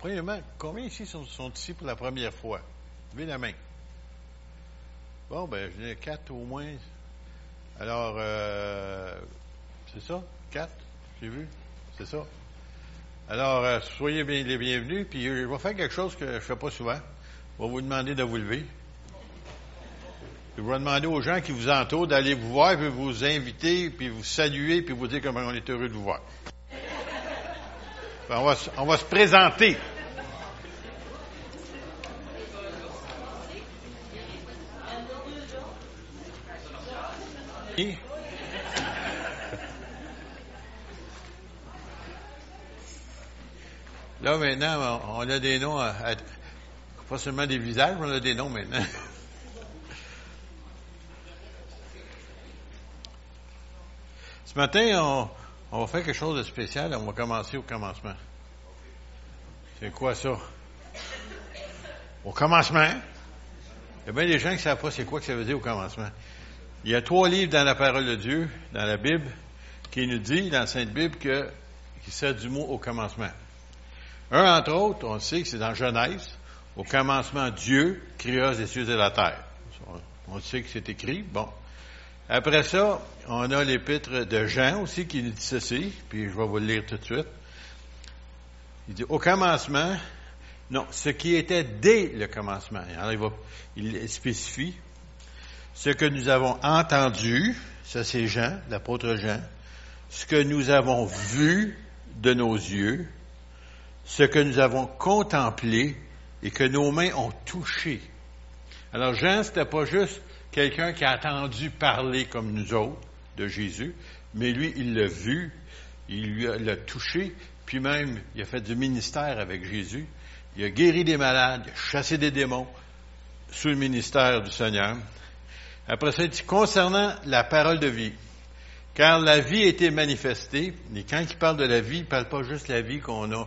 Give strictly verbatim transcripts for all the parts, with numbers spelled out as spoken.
premièrement, combien ici sont, sont ici pour la première fois? Levez la main. Bon, ben, j'en ai quatre au moins. Alors, euh, c'est ça? Quatre? J'ai vu? C'est ça? Alors, euh, soyez bien les bienvenus, puis je vais faire quelque chose que je ne fais pas souvent. Je vais vous demander de vous lever. Je vais demander aux gens qui vous entourent d'aller vous voir, puis vous inviter, puis vous saluer, puis vous dire comment on est heureux de vous voir. Puis on va, on va se présenter. Qui? Là, maintenant, on a des noms, à, à, pas seulement des visages, mais on a des noms maintenant. Ce matin, on, on va faire quelque chose de spécial. On va commencer au commencement. C'est quoi ça? Au commencement? Il y a bien des gens qui ne savent pas c'est quoi que ça veut dire au commencement. Il y a trois livres dans la parole de Dieu, dans la Bible, qui nous dit, dans la Sainte Bible, que, qu'il sert du mot au commencement. Un, entre autres, on sait que c'est dans Genèse. Au commencement, Dieu créa les cieux et la terre. On sait que c'est écrit. Bon. Après ça, on a l'épître de Jean aussi qui nous dit ceci, puis je vais vous le lire tout de suite. Il dit, au commencement, non, ce qui était dès le commencement. Alors, il va, il spécifie, ce que nous avons entendu, ça c'est Jean, l'apôtre Jean, ce que nous avons vu de nos yeux, ce que nous avons contemplé et que nos mains ont touché. Alors Jean, c'était pas juste quelqu'un qui a entendu parler comme nous autres de Jésus, mais lui, il l'a vu, il lui a, l'a touché, puis même, il a fait du ministère avec Jésus. Il a guéri des malades, il a chassé des démons sous le ministère du Seigneur. Après ça, il dit, concernant la parole de vie, car la vie a été manifestée, et quand il parle de la vie, il ne parle pas juste de la vie qu'on a,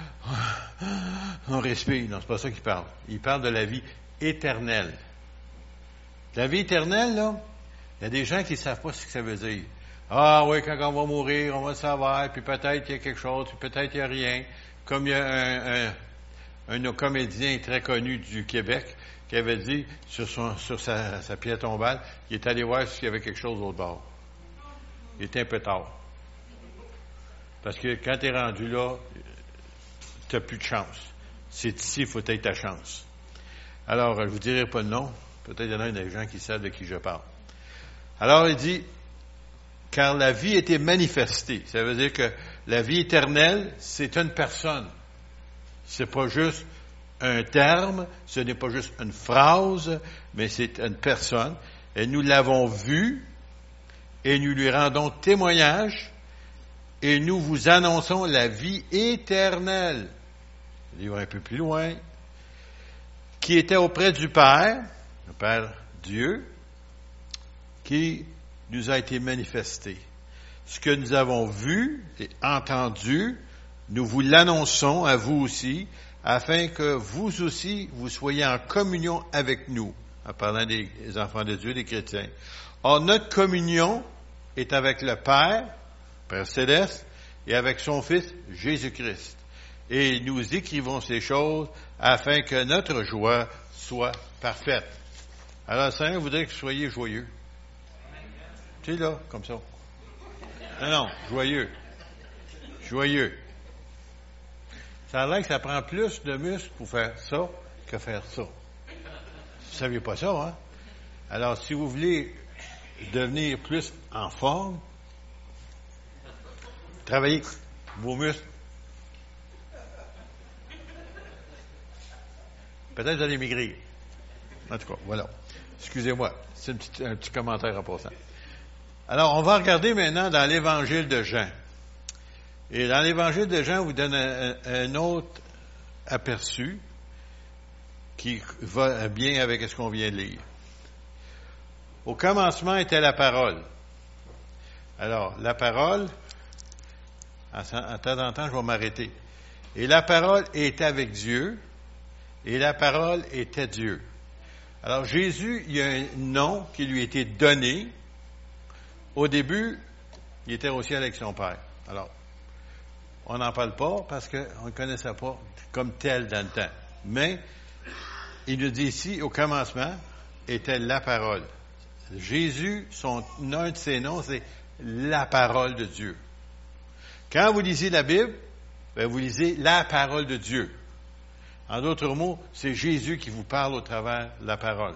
on respire, non, c'est pas ça qu'il parle. Il parle de la vie éternelle. La vie éternelle, là, il y a des gens qui ne savent pas ce que ça veut dire. Ah oui, quand on va mourir, on va le savoir, puis peut-être qu'il y a quelque chose, puis peut-être qu'il n'y a rien. Comme il y a un, un, un de nos comédiens très connu du Québec qui avait dit sur, son, sur sa, sa pierre tombale, il est allé voir s'il y avait quelque chose au bord. Il était un peu tard. Parce que quand tu es rendu là, tu n'as plus de chance. C'est ici, il faut être ta chance. Alors, je ne vous dirai pas le nom. Peut-être qu'il y en a des gens qui savent de qui je parle. Alors, il dit, car la vie était manifestée. Ça veut dire que la vie éternelle, c'est une personne. C'est pas juste un terme, ce n'est pas juste une phrase, mais c'est une personne. Et nous l'avons vue, et nous lui rendons témoignage, et nous vous annonçons la vie éternelle. Le livre un peu plus loin, qui était auprès du Père, le Père Dieu, qui nous a été manifesté. Ce que nous avons vu et entendu, nous vous l'annonçons à vous aussi, afin que vous aussi, vous soyez en communion avec nous, en parlant des enfants de Dieu, des chrétiens. Or, notre communion est avec le Père, Père Céleste, et avec son Fils, Jésus-Christ. Et nous écrivons ces choses afin que notre joie soit parfaite. Alors, le Seigneur voudrait que vous soyez joyeux. Tu sais, là, comme ça. Non, non, joyeux. Joyeux. Ça a l'air que ça prend plus de muscles pour faire ça que faire ça. Vous ne saviez pas ça, hein? Alors, si vous voulez devenir plus en forme, travaillez vos muscles. Peut-être vous allez maigrir. En tout cas, voilà. Excusez-moi, c'est un petit, un petit commentaire en passant. Alors, on va regarder maintenant dans l'Évangile de Jean. Et dans l'Évangile de Jean, on vous donne un, un autre aperçu qui va bien avec ce qu'on vient de lire. Au commencement était la parole. Alors, la parole, en temps en temps, je vais m'arrêter. Et la parole était avec Dieu, et la parole était Dieu. Alors, Jésus, il y a un nom qui lui a été donné. Au début, il était au ciel avec son Père. Alors, on n'en parle pas parce qu'on ne le connaissait pas comme tel dans le temps. Mais, il nous dit ici, au commencement, était la parole. Jésus, son, un de ses noms, c'est la parole de Dieu. Quand vous lisez la Bible, ben vous lisez la parole de Dieu. En d'autres mots, c'est Jésus qui vous parle au travers de la parole.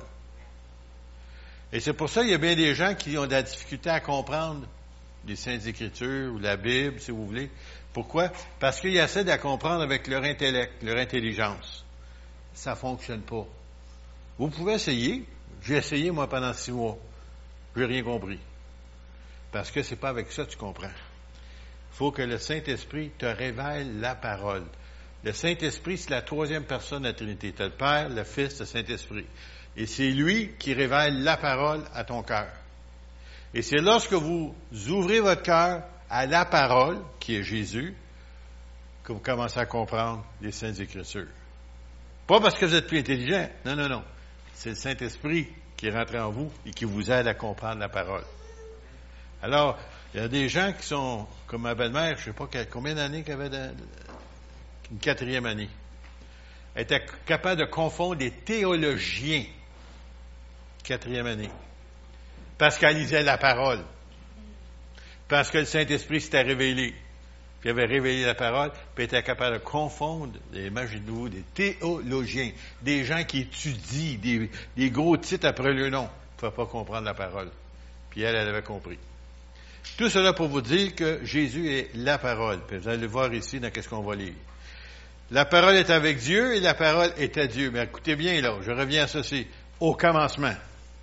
Et c'est pour ça qu'il y a bien des gens qui ont de la difficulté à comprendre les Saintes Écritures ou la Bible, si vous voulez. Pourquoi? Parce qu'ils essaient de la comprendre avec leur intellect, leur intelligence. Ça ne fonctionne pas. Vous pouvez essayer. J'ai essayé, moi, pendant six mois. Je n'ai rien compris. Parce que c'est pas avec ça que tu comprends. Il faut que le Saint-Esprit te révèle la parole. Le Saint-Esprit, c'est la troisième personne de la Trinité. Tu as le Père, le Fils, le Saint-Esprit. Et c'est lui qui révèle la parole à ton cœur. Et c'est lorsque vous ouvrez votre cœur à la parole, qui est Jésus, que vous commencez à comprendre les Saintes Écritures. Pas parce que vous êtes plus intelligent. Non, non, non. C'est le Saint-Esprit qui est rentré en vous et qui vous aide à comprendre la parole. Alors, il y a des gens qui sont, comme ma belle-mère, je ne sais pas combien d'années qu'elle avait, de, une quatrième année. Elle était capable de confondre des théologiens, quatrième année, parce qu'elle lisait la parole, parce que le Saint-Esprit s'était révélé, puis il avait révélé la parole, puis elle était capable de confondre, imaginez-vous, des théologiens, des gens qui étudient, des, des gros titres après le nom, ne pouvaient pas comprendre la parole. Puis elle, elle avait compris. Tout cela pour vous dire que Jésus est la parole. Puis vous allez le voir ici dans qu'est-ce qu'on va lire. La parole est avec Dieu et la parole est à Dieu. Mais écoutez bien, là, je reviens à ceci. Au commencement.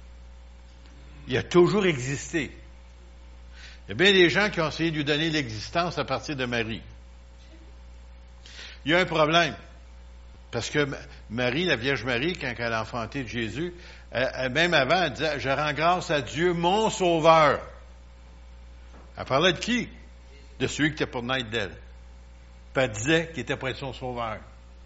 Il a toujours existé. Il y a bien des gens qui ont essayé de lui donner l'existence à partir de Marie. Il y a un problème. Parce que Marie, la Vierge Marie, quand elle a enfanté de Jésus, elle, elle, même avant, elle disait, je rends grâce à Dieu, mon Sauveur. Elle parlait de qui? De celui qui était pour naître d'elle. Puis elle disait qu'il était pour être son Sauveur.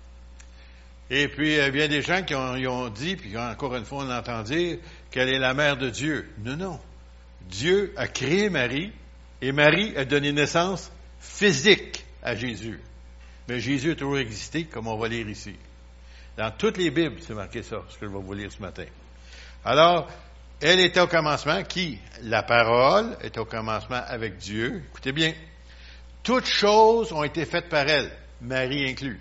Et puis, il y a des gens qui ont, ils ont dit, puis encore une fois, on entend dire qu'elle est la mère de Dieu. Non, non. Dieu a créé Marie, et Marie a donné naissance physique à Jésus. Mais Jésus a toujours existé, comme on va lire ici. Dans toutes les Bibles, c'est marqué ça, ce que je vais vous lire ce matin. Alors, elle était au commencement, qui? La parole était au commencement avec Dieu. Écoutez bien. Toutes choses ont été faites par elle, Marie inclus.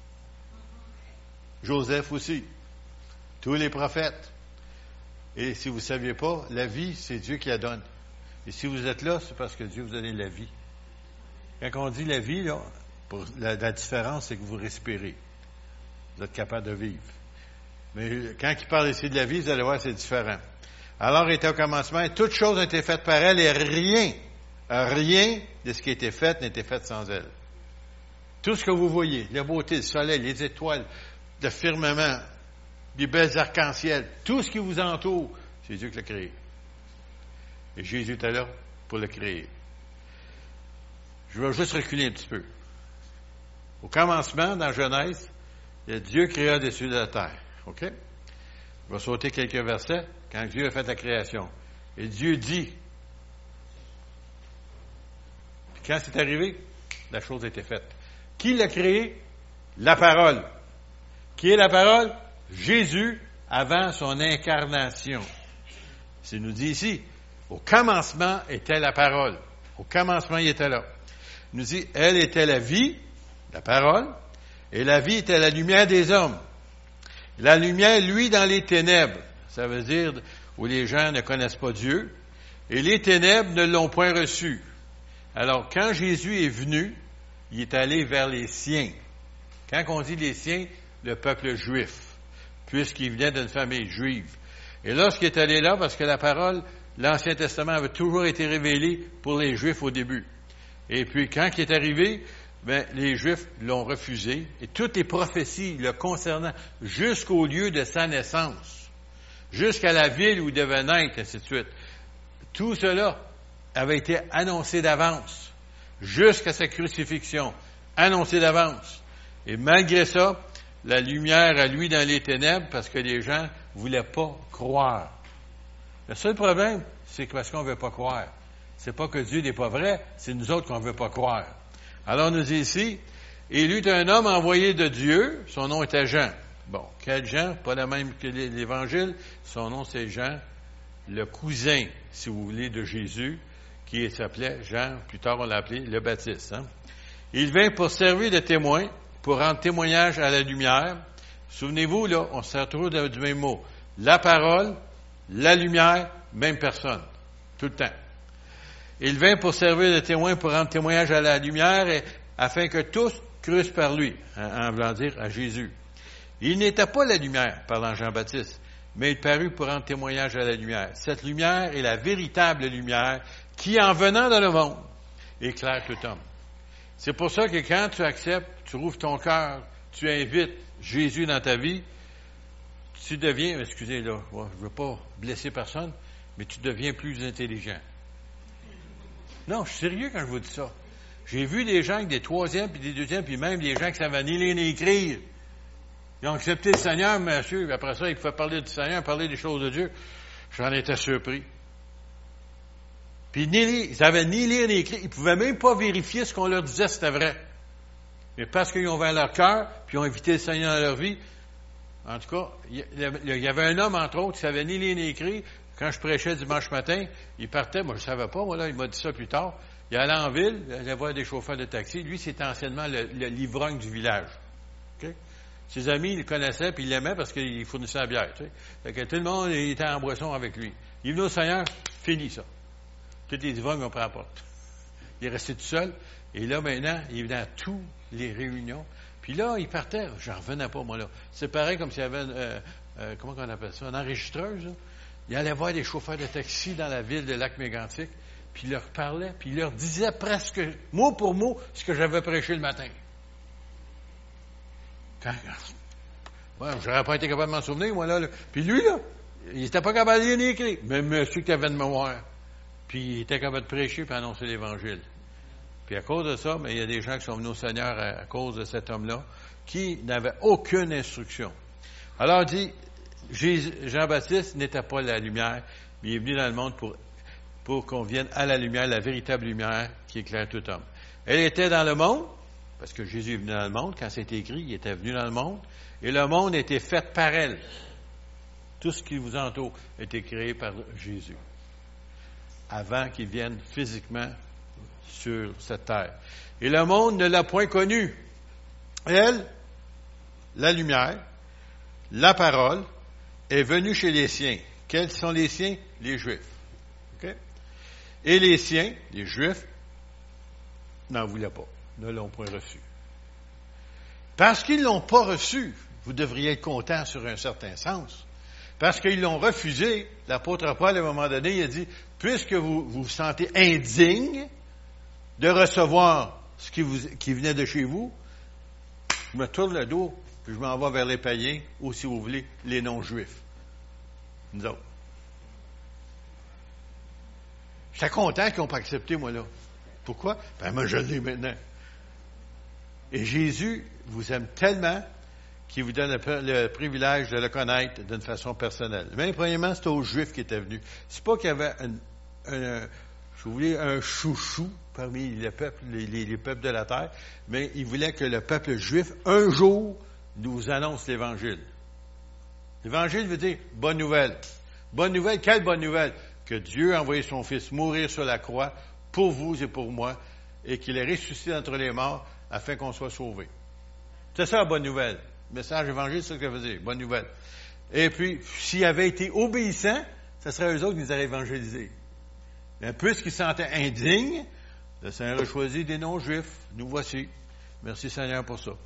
Joseph aussi. Tous les prophètes. Et si vous ne saviez pas, la vie, c'est Dieu qui la donne. Et si vous êtes là, c'est parce que Dieu vous a donné la vie. Quand on dit la vie, là, pour la, la différence, c'est que vous respirez. Vous êtes capable de vivre. Mais quand il parle ici de la vie, vous allez voir, c'est différent. Alors, elle était au commencement, et toutes choses ont été faites par elle, et rien, rien de ce qui a été fait n'était fait sans elle. Tout ce que vous voyez, la beauté, le soleil, les étoiles, le firmament, les belles arcs-en-ciel, tout ce qui vous entoure, c'est Dieu qui l'a créé. Et Jésus était là pour le créer. Je vais juste reculer un petit peu. Au commencement, dans Genèse, Dieu créa des cieux et de la terre. OK? Je vais sauter quelques versets. Quand Dieu a fait la création. Et Dieu dit. Puis quand c'est arrivé, la chose a été faite. Qui l'a créé? La parole. Qui est la parole? Jésus, avant son incarnation. C'est nous dit ici, au commencement était la parole. Au commencement, il était là. Il nous dit, elle était la vie, la parole, et la vie était la lumière des hommes. La lumière, lui, dans les ténèbres. Ça veut dire où les gens ne connaissent pas Dieu. Et les ténèbres ne l'ont point reçu. Alors, quand Jésus est venu, il est allé vers les siens. Quand on dit les siens, le peuple juif, puisqu'il venait d'une famille juive. Et lorsqu'il est allé là, parce que la parole, l'Ancien Testament avait toujours été révélé pour les Juifs au début. Et puis, quand il est arrivé, ben, les Juifs l'ont refusé. Et toutes les prophéties le concernant jusqu'au lieu de sa naissance, jusqu'à la ville où il devait naître, ainsi de suite. Tout cela avait été annoncé d'avance, jusqu'à sa crucifixion, annoncé d'avance. Et malgré ça, la lumière a lui dans les ténèbres parce que les gens ne voulaient pas croire. Le seul problème, c'est que parce qu'on ne veut pas croire. C'est pas que Dieu n'est pas vrai, c'est nous autres qu'on ne veut pas croire. Alors, on nous dit ici, il eut un homme envoyé de Dieu, son nom était Jean. Bon, quel Jean? Pas le même que l'Évangile. Son nom, c'est Jean, le cousin, si vous voulez, de Jésus, qui s'appelait Jean, plus tard on l'a appelé le Baptiste. Hein? Il vint pour servir de témoin, pour rendre témoignage à la lumière. Souvenez-vous, là, on se retrouve du même mot. La parole, la lumière, même personne. Tout le temps. Il vint pour servir de témoin, pour rendre témoignage à la lumière, et, afin que tous crussent par lui, en, en voulant dire à Jésus. Il n'était pas la lumière, parlant Jean-Baptiste, mais il parut pour rendre témoignage à la lumière. Cette lumière est la véritable lumière qui, en venant dans le monde, éclaire tout homme. C'est pour ça que quand tu acceptes, tu rouvres ton cœur, tu invites Jésus dans ta vie, tu deviens, excusez là, je ne veux pas blesser personne, mais tu deviens plus intelligent. Non, je suis sérieux quand je vous dis ça. J'ai vu des gens avec des troisièmes, puis des deuxièmes, puis même des gens qui savaient ni lire ni écrire. Ils ont accepté le Seigneur, monsieur, puis après ça, ils pouvaient parler du Seigneur, parler des choses de Dieu. J'en étais surpris. Puis ni lire, ils n'avaient ni lire ni écrire, ils ne pouvaient même pas vérifier ce qu'on leur disait, c'était vrai. Mais parce qu'ils ont ouvert leur cœur, puis ils ont invité le Seigneur dans leur vie, en tout cas, il y avait un homme, entre autres, qui ne savait ni lire ni écrire. Quand je prêchais dimanche matin, il partait, moi je ne savais pas, moi là, il m'a dit ça plus tard. Il allait en ville, il allait voir des chauffeurs de taxi. Lui, c'était anciennement le, le l'ivrogne du village. Okay? Ses amis, ils le connaissaient, puis ils l'aimaient parce qu'il fournissait la bière. Tu sais. Fait que tout le monde il était en boisson avec lui. Il est venu au Seigneur, fini ça. Tous les ivrognes ont pris la porte. Il est resté tout seul. Et là, maintenant, il venait à toutes les réunions. Puis là, il partait. J'en revenais pas, moi, là. C'est pareil comme s'il y avait, euh, euh, comment on appelle ça, une enregistreuse, là. Il allait voir des chauffeurs de taxi dans la ville de Lac-Mégantic, puis il leur parlait, puis il leur disait presque, mot pour mot, ce que j'avais prêché le matin. Quand, ouais, j'aurais pas été capable de m'en souvenir, moi, là. là. Puis lui, là, il n'était pas capable de lire ni écrire. Mais monsieur qui avait de mémoire. Puis il était capable de prêcher et annoncer l'Évangile. Puis à cause de ça, mais il y a des gens qui sont venus au Seigneur à, à cause de cet homme-là, qui n'avaient aucune instruction. Alors, il dit, Jean-Baptiste n'était pas la lumière, mais il est venu dans le monde pour, pour qu'on vienne à la lumière, la véritable lumière qui éclaire tout homme. Elle était dans le monde, parce que Jésus est venu dans le monde, quand c'est écrit, il était venu dans le monde, et le monde était fait par elle. Tout ce qui vous entoure a été créé par Jésus, avant qu'il vienne physiquement sur cette terre. Et le monde ne l'a point connue. Elle, la lumière, la parole, est venue chez les siens. Quels sont les siens? Les Juifs. Okay? Et les siens, les Juifs, n'en voulaient pas, ne l'ont point reçu. Parce qu'ils ne l'ont pas reçu, vous devriez être content sur un certain sens. Parce qu'ils l'ont refusé, l'apôtre Paul, à un moment donné, il a dit, puisque vous vous, vous sentez indigne de recevoir ce qui, vous, qui venait de chez vous, je me tourne le dos, puis je m'en vais vers les païens, ou si vous voulez, les non-juifs. Nous autres. J'étais content qu'ils n'ont pas accepté, moi, là. Pourquoi? Ben, moi, je l'ai maintenant. Et Jésus vous aime tellement qu'il vous donne le, le privilège de le connaître d'une façon personnelle. Mais, premièrement, c'était aux Juifs qui étaient venus. C'est pas qu'il y avait un, un, si vous voulez, un chouchou parmi les peuples, les, les, les peuples de la terre, mais il voulait que le peuple juif, un jour, nous annonce l'Évangile. L'Évangile veut dire bonne nouvelle. Bonne nouvelle, quelle bonne nouvelle? Que Dieu a envoyé son Fils mourir sur la croix pour vous et pour moi, et qu'il est ressuscité d'entre les morts afin qu'on soit sauvés. C'est ça la bonne nouvelle. Le message évangile, c'est ce que ça veut dire, bonne nouvelle. Et puis, s'ils avaient été obéissants, ce serait eux autres qui nous auraient évangélisés. Mais puisqu'ils se sentaient indignes, le Seigneur a choisi des non-juifs. Nous voici. Merci Seigneur pour ça.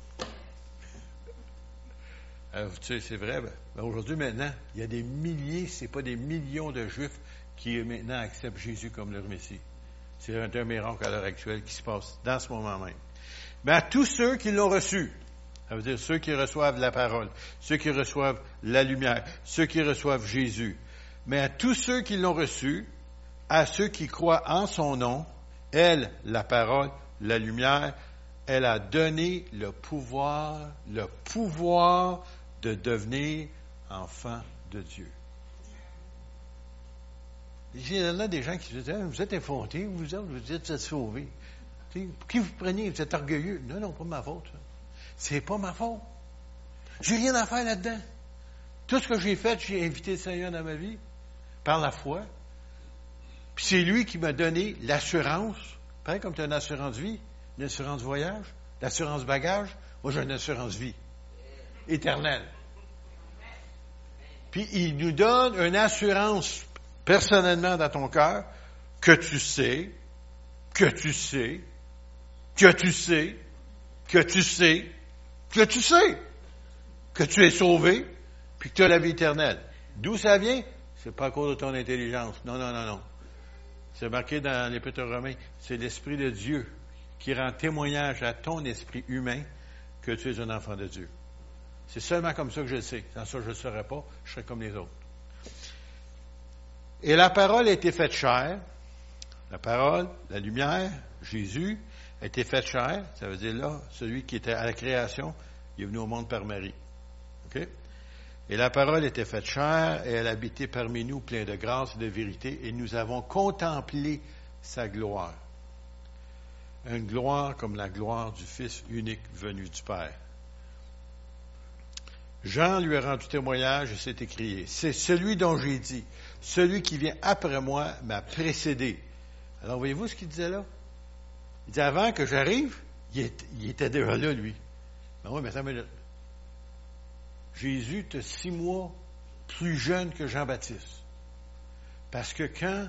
Alors, tu sais, c'est vrai, ben, ben aujourd'hui, maintenant, il y a des milliers, c'est pas des millions de Juifs qui maintenant acceptent Jésus comme leur Messie. C'est un, un miracle à l'heure actuelle qui se passe dans ce moment même. Mais à tous ceux qui l'ont reçu, ça veut dire ceux qui reçoivent la parole, ceux qui reçoivent la lumière, ceux qui reçoivent Jésus, mais à tous ceux qui l'ont reçu, à ceux qui croient en son nom, elle, la parole, la lumière, elle a donné le pouvoir, le pouvoir de devenir enfant de Dieu. Il y en a des gens qui se disent, ah, vous êtes effrontés, vous êtes, vous êtes sauvés. T'sais, qui vous prenez? Vous êtes orgueilleux. Non, non, pas ma faute. Ça. C'est pas ma faute. J'ai rien à faire là-dedans. Tout ce que j'ai fait, j'ai invité le Seigneur dans ma vie, par la foi. Puis c'est lui qui m'a donné l'assurance. Pareil comme tu as une assurance vie, une assurance voyage, l'assurance bagage. Moi, j'ai une assurance vie. Éternelle. Puis il nous donne une assurance personnellement dans ton cœur que tu sais, que tu sais, que tu sais, que tu sais, que tu sais, que tu es sauvé, puis que tu as la vie éternelle. D'où ça vient? C'est pas à cause de ton intelligence. Non, non, non, non. C'est marqué dans l'Épître aux Romains. C'est l'Esprit de Dieu qui rend témoignage à ton esprit humain que tu es un enfant de Dieu. C'est seulement comme ça que je le sais. Sans ça, je ne le saurais pas. Je serais comme les autres. Et la parole a été faite chair. La parole, la lumière, Jésus, a été faite chair. Ça veut dire là, celui qui était à la création, il est venu au monde par Marie. OK? Et la parole était faite chair et elle habitait parmi nous plein de grâce et de vérité et nous avons contemplé sa gloire. Une gloire comme la gloire du Fils unique venu du Père. Jean lui a rendu témoignage et s'est écrié. C'est celui dont j'ai dit, celui qui vient après moi m'a précédé. Alors voyez-vous ce qu'il disait là? Il dit avant que j'arrive, il était, il était déjà là, lui. Ben oui, mais attends une minute. Jésus était six mois plus jeune que Jean-Baptiste. Parce que quand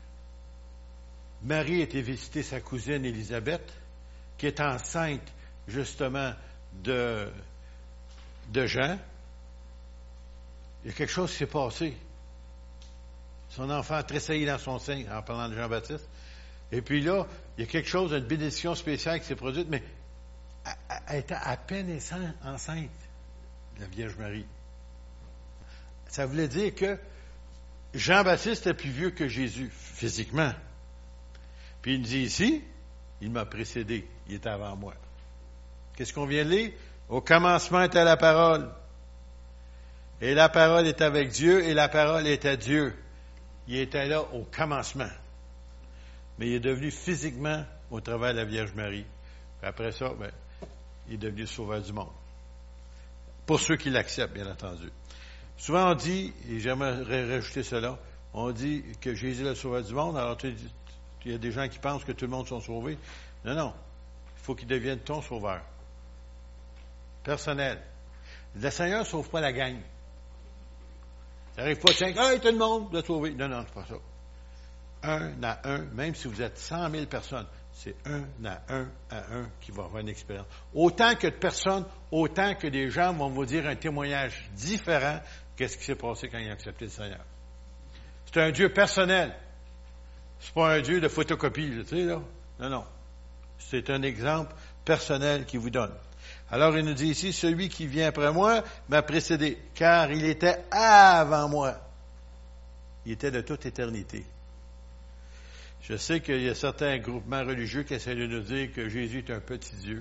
Marie était visiter sa cousine Élisabeth, qui est enceinte justement de, de Jean, il y a quelque chose qui s'est passé. Son enfant a tressailli dans son sein en parlant de Jean-Baptiste. Et puis là, il y a quelque chose, une bénédiction spéciale qui s'est produite, mais elle était à peine enceinte, la Vierge Marie. Ça voulait dire que Jean-Baptiste était plus vieux que Jésus, physiquement. Puis il nous dit ici, il m'a précédé, il était avant moi. Qu'est-ce qu'on vient de lire? Au commencement était la parole. Et la parole est avec Dieu, et la parole était Dieu. Il était là au commencement. Mais il est devenu physiquement au travers de la Vierge Marie. Puis après ça, ben, il est devenu le sauveur du monde. Pour ceux qui l'acceptent, bien entendu. Souvent on dit, et j'aimerais rajouter cela, on dit que Jésus est le sauveur du monde, alors tu, il y a des gens qui pensent que tout le monde sont sauvés. Non, non. Il faut qu'il devienne ton sauveur. Personnel. Le Seigneur ne sauve pas la gang. Ça n'arrive pas, tiens, hey, tout le monde doit sauver. Non, non, c'est pas ça. Un à un, même si vous êtes cent mille personnes, c'est un à un à un qui va avoir une expérience. Autant que de personnes, autant que des gens vont vous dire un témoignage différent de ce qui s'est passé quand ils ont accepté le Seigneur. C'est un Dieu personnel. C'est pas un Dieu de photocopie, tu sais, là. Non, non. C'est un exemple personnel qu'il vous donne. Alors, il nous dit ici, celui qui vient après moi m'a précédé, car il était avant moi. Il était de toute éternité. Je sais qu'il y a certains groupements religieux qui essaient de nous dire que Jésus est un petit Dieu.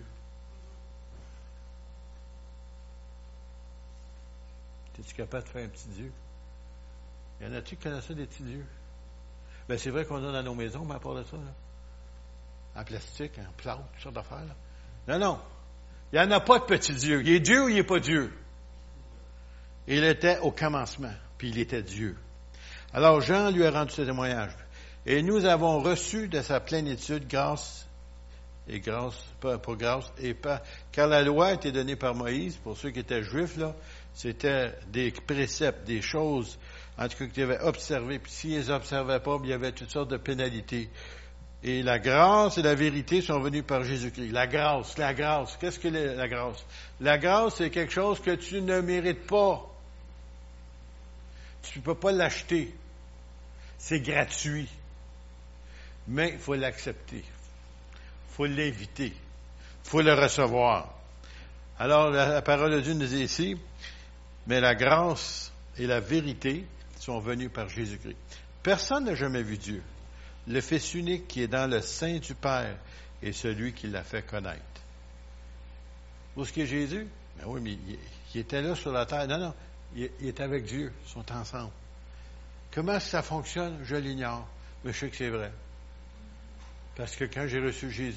Es-tu capable de faire un petit Dieu? Y en a-tu qui connaissent ça, des petits dieux? Ben, c'est vrai qu'on a dans nos maisons, mais à part de ça, là. En plastique, en plâtre, toutes sortes d'affaires, là. Non, non. Il n'y en a pas de petit Dieu. Il est Dieu ou il n'est pas Dieu? Il était au commencement, puis il était Dieu. Alors, Jean lui a rendu ce témoignage. Et nous avons reçu de sa plénitude grâce et grâce, pas pour grâce, et pas, car la loi a été donnée par Moïse, pour ceux qui étaient juifs, là, c'était des préceptes, des choses, en tout cas, qu'ils avaient observées, puis s'ils ne les observaient pas, il y avait toutes sortes de pénalités. Et la grâce et la vérité sont venues par Jésus-Christ. La grâce, la grâce. Qu'est-ce que est la grâce? La grâce, c'est quelque chose que tu ne mérites pas. Tu ne peux pas l'acheter. C'est gratuit. Mais il faut l'accepter. Il faut l'inviter. Il faut le recevoir. Alors, la, la parole de Dieu nous dit ici, mais la grâce et la vérité sont venues par Jésus-Christ. Personne n'a jamais vu Dieu. Le Fils unique qui est dans le sein du Père est celui qui l'a fait connaître. Où est-ce qu'est Jésus? Ben oui, mais il, il était là sur la terre. Non, non, il, il est avec Dieu. Ils sont ensemble. Comment ça fonctionne? Je l'ignore. Mais je sais que c'est vrai. Parce que quand j'ai reçu Jésus,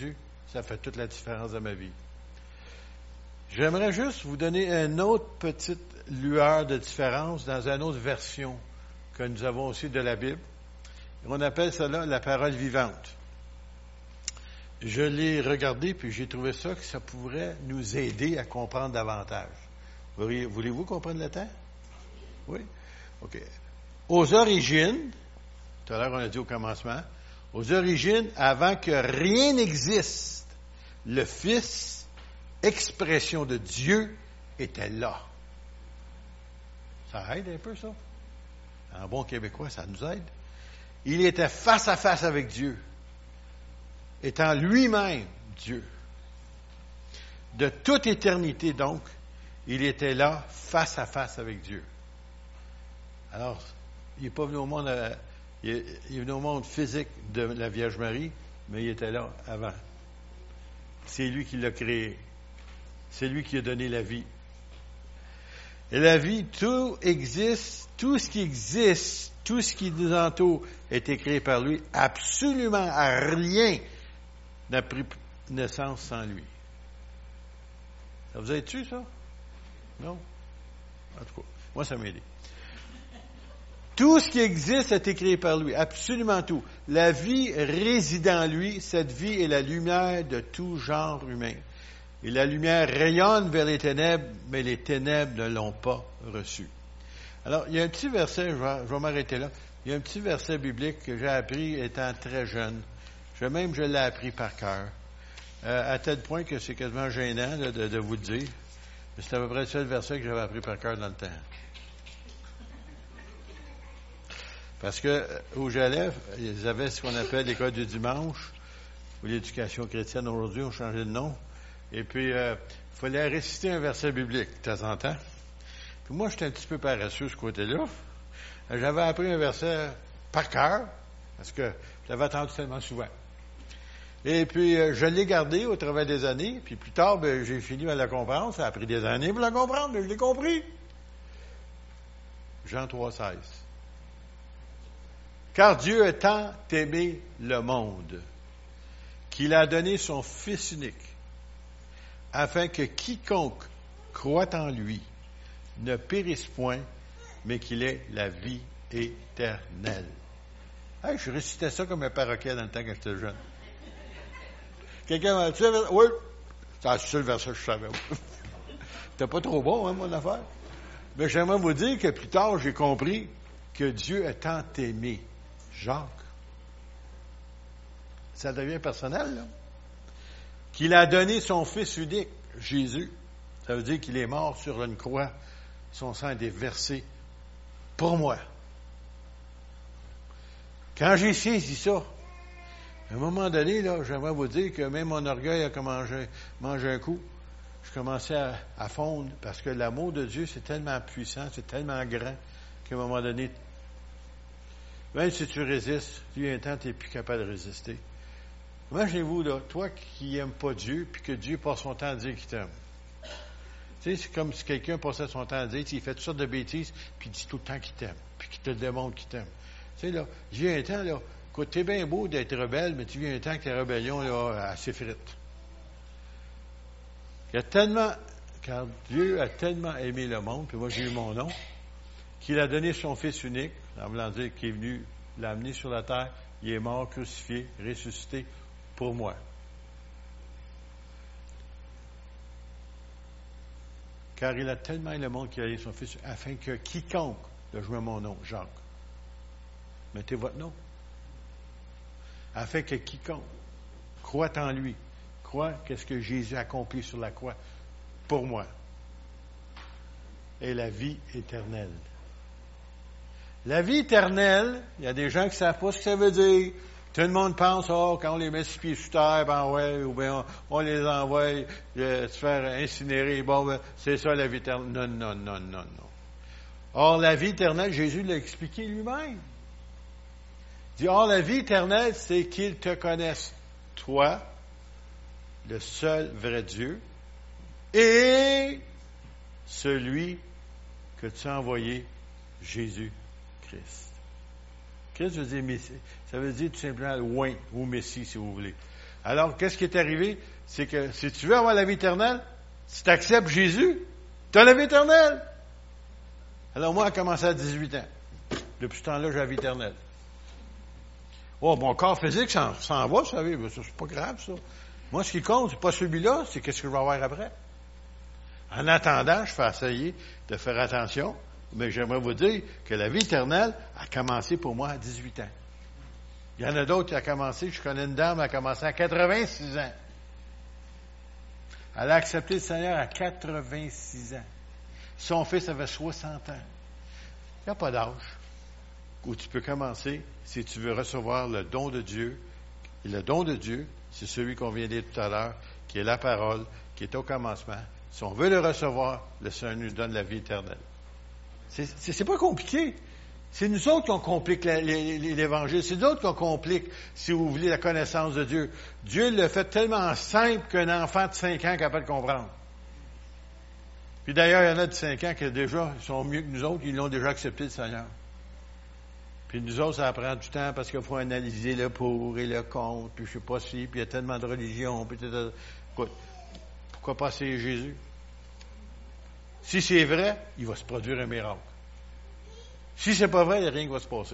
Ça fait toute la différence de ma vie. J'aimerais juste vous donner une autre petite lueur de différence dans une autre version que nous avons aussi de la Bible. On appelle cela la parole vivante. Je l'ai regardé, puis j'ai trouvé ça que ça pourrait nous aider à comprendre davantage. Voulez-vous comprendre le temps? Oui? OK. Aux origines, tout à l'heure on a dit au commencement, aux origines, avant que rien n'existe, le Fils, expression de Dieu, était là. Ça aide un peu, ça? En bon québécois, ça nous aide. Il était face à face avec Dieu, étant lui-même Dieu. De toute éternité, donc, il était là, face à face avec Dieu. Alors, il n'est pas venu au monde, à, il, est, il est venu au monde physique de la Vierge Marie, mais il était là avant. C'est lui qui l'a créé. C'est lui qui a donné la vie. Et la vie, tout existe, tout ce qui existe, tout ce qui nous entoure a été créé par lui. Absolument rien n'a pris naissance sans lui. Ça vous aide-tu, ça? Non? En tout cas, moi, ça m'a aidé. Tout ce qui existe a été créé par lui, absolument tout. La vie réside en lui, cette vie est la lumière de tout genre humain. Et la lumière rayonne vers les ténèbres, mais les ténèbres ne l'ont pas reçue. Alors, il y a un petit verset, je vais, je vais m'arrêter là, il y a un petit verset biblique que j'ai appris étant très jeune. Je, même, je l'ai appris par cœur, euh, à tel point que c'est quasiment gênant là, de, de vous le dire. Mais c'est à peu près le seul verset que j'avais appris par cœur dans le temps. Parce que, où j'allais, ils avaient ce qu'on appelle l'école du dimanche, ou l'éducation chrétienne aujourd'hui, on changeait de nom. Et puis, il euh, fallait réciter un verset biblique de temps en temps. Puis moi, j'étais un petit peu paresseux de ce côté-là. J'avais appris un verset par cœur, parce que je l'avais entendu tellement souvent. Et puis, euh, je l'ai gardé au travers des années. Puis plus tard, ben, j'ai fini par la comprendre. Ça a pris des années pour la comprendre, mais je l'ai compris. Jean trois, seize. Car Dieu a tant aimé le monde qu'il a donné son Fils unique, afin que quiconque croit en lui ne périsse point, mais qu'il ait la vie éternelle. Hey, je récitais ça comme un paroquet dans le temps quand j'étais jeune. Quelqu'un m'a dit, oui, c'est le seul verset que je savais. C'était pas trop bon, hein, mon affaire. Mais j'aimerais vous dire que plus tard, j'ai compris que Dieu a tant aimé Jacques. Ça devient personnel, là. Qu'il a donné son Fils unique, Jésus. Ça veut dire qu'il est mort sur une croix. Son sang est versé pour moi. Quand j'ai saisi ça, à un moment donné, là, j'aimerais vous dire que même mon orgueil a mangé, mangé un coup. Je commençais à, à fondre parce que l'amour de Dieu, c'est tellement puissant, c'est tellement grand qu'à un moment donné, même si tu résistes, il y a un temps, tu n'es plus capable de résister. Imaginez-vous, là, toi qui n'aimes pas Dieu, puis que Dieu passe son temps à dire qu'il t'aime. Tu sais, c'est comme si quelqu'un passait son temps à dire, il fait toutes sortes de bêtises, puis il dit tout le temps qu'il t'aime, puis qu'il te démontre qu'il t'aime. Tu sais, là, il y a un temps, là, écoute, t'es bien beau d'être rebelle, mais tu viens un temps que ta rébellion, là, elle s'effrite. Il y a tellement, car Dieu a tellement aimé le monde, puis moi j'ai eu mon nom, qu'il a donné son Fils unique, en voulant dire qu'il est venu l'amener sur la terre, il est mort, crucifié, ressuscité pour moi. Car il a tellement aimé le monde qu'il a donné son Fils, afin que quiconque, là je mets mon nom, Jacques, mettez votre nom, afin que quiconque croit en lui, croit qu'est-ce que Jésus a accompli sur la croix pour moi, et la vie éternelle. La vie éternelle, il y a des gens qui ne savent pas ce que ça veut dire. Tout le monde pense, oh, quand on les met six pieds sous terre, ben ouais, ou bien on, on les envoie euh, se faire incinérer. Bon, ben, c'est ça la vie éternelle. Non, non, non, non, non. Or, la vie éternelle, Jésus l'a expliqué lui-même. Il dit, or, la vie éternelle, c'est qu'ils te connaissent, toi, le seul vrai Dieu, et celui que tu as envoyé, Jésus Christ. Christ veut dire Messie. Ça veut dire tout simplement loin ou Messie, si vous voulez. Alors, qu'est-ce qui est arrivé? C'est que si tu veux avoir la vie éternelle, si tu acceptes Jésus, tu as la vie éternelle. Alors, moi, j'ai commencé à dix-huit ans. Depuis ce temps-là, j'ai la vie éternelle. Oh, mon corps physique s'en, s'en va, vous savez, ça, c'est pas grave, ça. Moi, ce qui compte, c'est pas celui-là, c'est qu'est-ce que je vais avoir après. En attendant, je fais essayer de faire attention, mais j'aimerais vous dire que la vie éternelle a commencé pour moi à dix-huit ans. Il y en a d'autres qui ont commencé, je connais une dame qui a commencé à quatre-vingt-six ans. Elle a accepté le Seigneur à quatre-vingt-six ans. Son fils avait soixante ans. Il n'y a pas d'âge où tu peux commencer si tu veux recevoir le don de Dieu. Et le don de Dieu, c'est celui qu'on vient de dire tout à l'heure, qui est la parole, qui est au commencement. Si on veut le recevoir, le Seigneur nous donne la vie éternelle. C'est, c'est, c'est pas compliqué. C'est nous autres qui on complique la, l'Évangile. C'est nous autres qu'on complique, si vous voulez, la connaissance de Dieu. Dieu le fait tellement simple qu'un enfant de cinq ans est capable de comprendre. Puis d'ailleurs, il y en a de cinq ans qui déjà ils sont mieux que nous autres, ils l'ont déjà accepté, le Seigneur. Puis nous autres, ça prend du temps parce qu'il faut analyser le pour et le contre, puis je sais pas si, puis il y a tellement de religions, puis écoute, pourquoi pas essayer Jésus? Si c'est vrai, il va se produire un miracle. Si c'est pas vrai, il n'y a rien qui va se passer.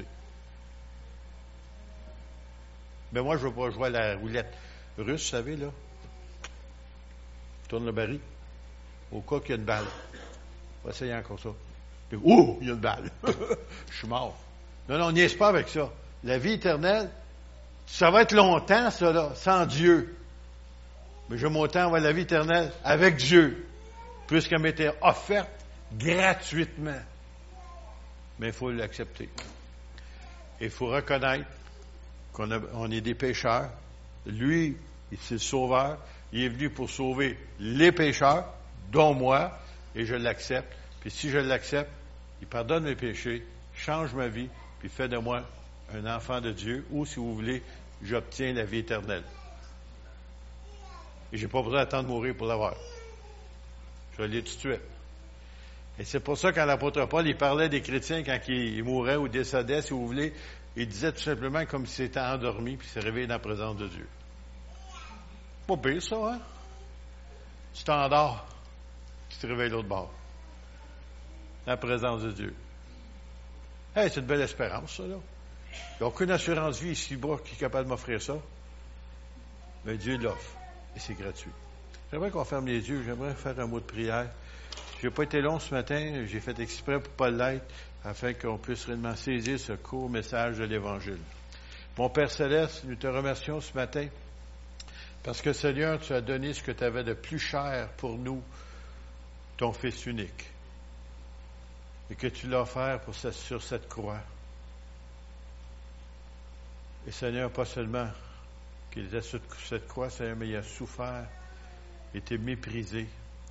Mais moi, je ne veux pas jouer à la roulette russe, vous savez, là. Je tourne le baril. Au cas qu'il y a une balle. On va essayer encore ça. Puis, ouh, il y a une balle. Je suis mort. Non, non, on niaise pas avec ça. La vie éternelle, ça va être longtemps, ça, là, sans Dieu. Mais je m'entends avoir la vie éternelle avec Dieu, puisqu'elle m'était offerte gratuitement. Mais il faut l'accepter. Il faut reconnaître qu'on a, on est des pécheurs. Lui, c'est le sauveur. Il est venu pour sauver les pécheurs, dont moi, et je l'accepte. Puis si je l'accepte, il pardonne mes péchés, change ma vie, puis fait de moi un enfant de Dieu, ou si vous voulez, j'obtiens la vie éternelle. Et je n'ai pas besoin d'attendre de mourir pour l'avoir. Je vais aller tout de suite. Et c'est pour ça quand l'apôtre Paul, il parlait des chrétiens quand ils mouraient ou décédaient, si vous voulez, il disait tout simplement comme s'il était endormi puis s'est réveillé dans la présence de Dieu. Pas pire, ça, hein? Tu t'endors, tu te réveilles l'autre bord. Dans la présence de Dieu. Hey, c'est une belle espérance, ça, là. Il n'y a aucune assurance vie ici-bas qui est capable de m'offrir ça. Mais Dieu l'offre. Et c'est gratuit. J'aimerais qu'on ferme les yeux. J'aimerais faire un mot de prière. Je n'ai pas été long ce matin. J'ai fait exprès pour ne pas l'être, afin qu'on puisse réellement saisir ce court message de l'Évangile. Mon Père Céleste, nous te remercions ce matin parce que, Seigneur, tu as donné ce que tu avais de plus cher pour nous, ton Fils unique, et que tu l'as offert pour, sur cette croix. Et, Seigneur, pas seulement qu'il était sur cette croix, Seigneur, mais il a souffert, été méprisé.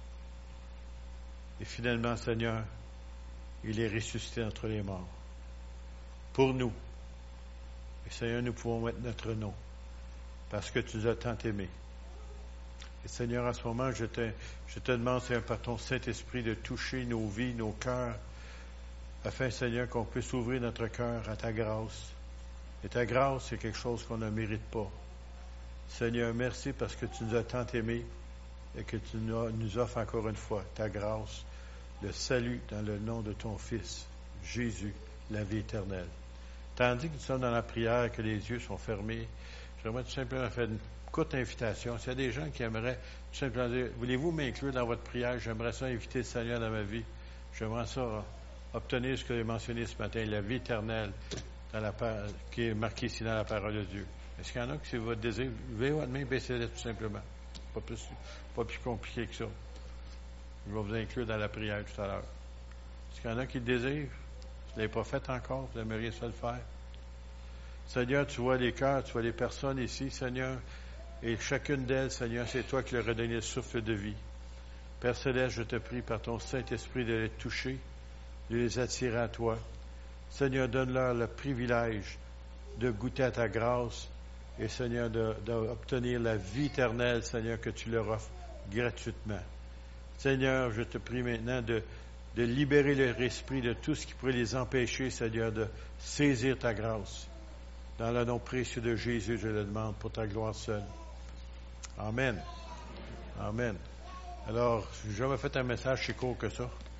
Et finalement, Seigneur, il est ressuscité entre les morts. Pour nous. Et Seigneur, nous pouvons mettre notre nom. Parce que tu nous as tant aimés. Et Seigneur, en ce moment, je te, je te demande, Seigneur, par ton Saint-Esprit, de toucher nos vies, nos cœurs, afin, Seigneur, qu'on puisse ouvrir notre cœur à ta grâce. Et ta grâce, c'est quelque chose qu'on ne mérite pas. Seigneur, merci parce que tu nous as tant aimés et que tu nous offres encore une fois ta grâce, le salut dans le nom de ton Fils, Jésus, la vie éternelle. Tandis que nous sommes dans la prière, que les yeux sont fermés, j'aimerais tout simplement faire une courte invitation. S'il y a des gens qui aimeraient tout simplement dire, voulez-vous m'inclure dans votre prière? J'aimerais ça inviter le Seigneur dans ma vie. J'aimerais ça obtenir ce que j'ai mentionné ce matin, la vie éternelle dans la, qui est marquée ici dans la parole de Dieu. Est-ce qu'il y en a qui c'est votre désir? Levez votre main, baissez-la tout simplement. Pas plus, pas plus compliqué que ça. Je vais vous inclure dans la prière tout à l'heure. Est-ce qu'il y en a qui le désirent? Vous ne l'avez pas fait encore, vous aimeriez ça le faire. Seigneur, tu vois les cœurs, tu vois les personnes ici, Seigneur, et chacune d'elles, Seigneur, c'est toi qui leur as donné le souffle de vie. Père Céleste, je te prie par ton Saint-Esprit de les toucher, de les attirer à toi. Seigneur, donne-leur le privilège de goûter à ta grâce et, Seigneur, d'obtenir la vie éternelle, Seigneur, que tu leur offres gratuitement. Seigneur, je te prie maintenant de, de libérer leur esprit de tout ce qui pourrait les empêcher, Seigneur, de saisir ta grâce. Dans le nom précieux de Jésus, je le demande pour ta gloire seule. Amen. Amen. Alors, j'ai jamais fait un message si court que ça.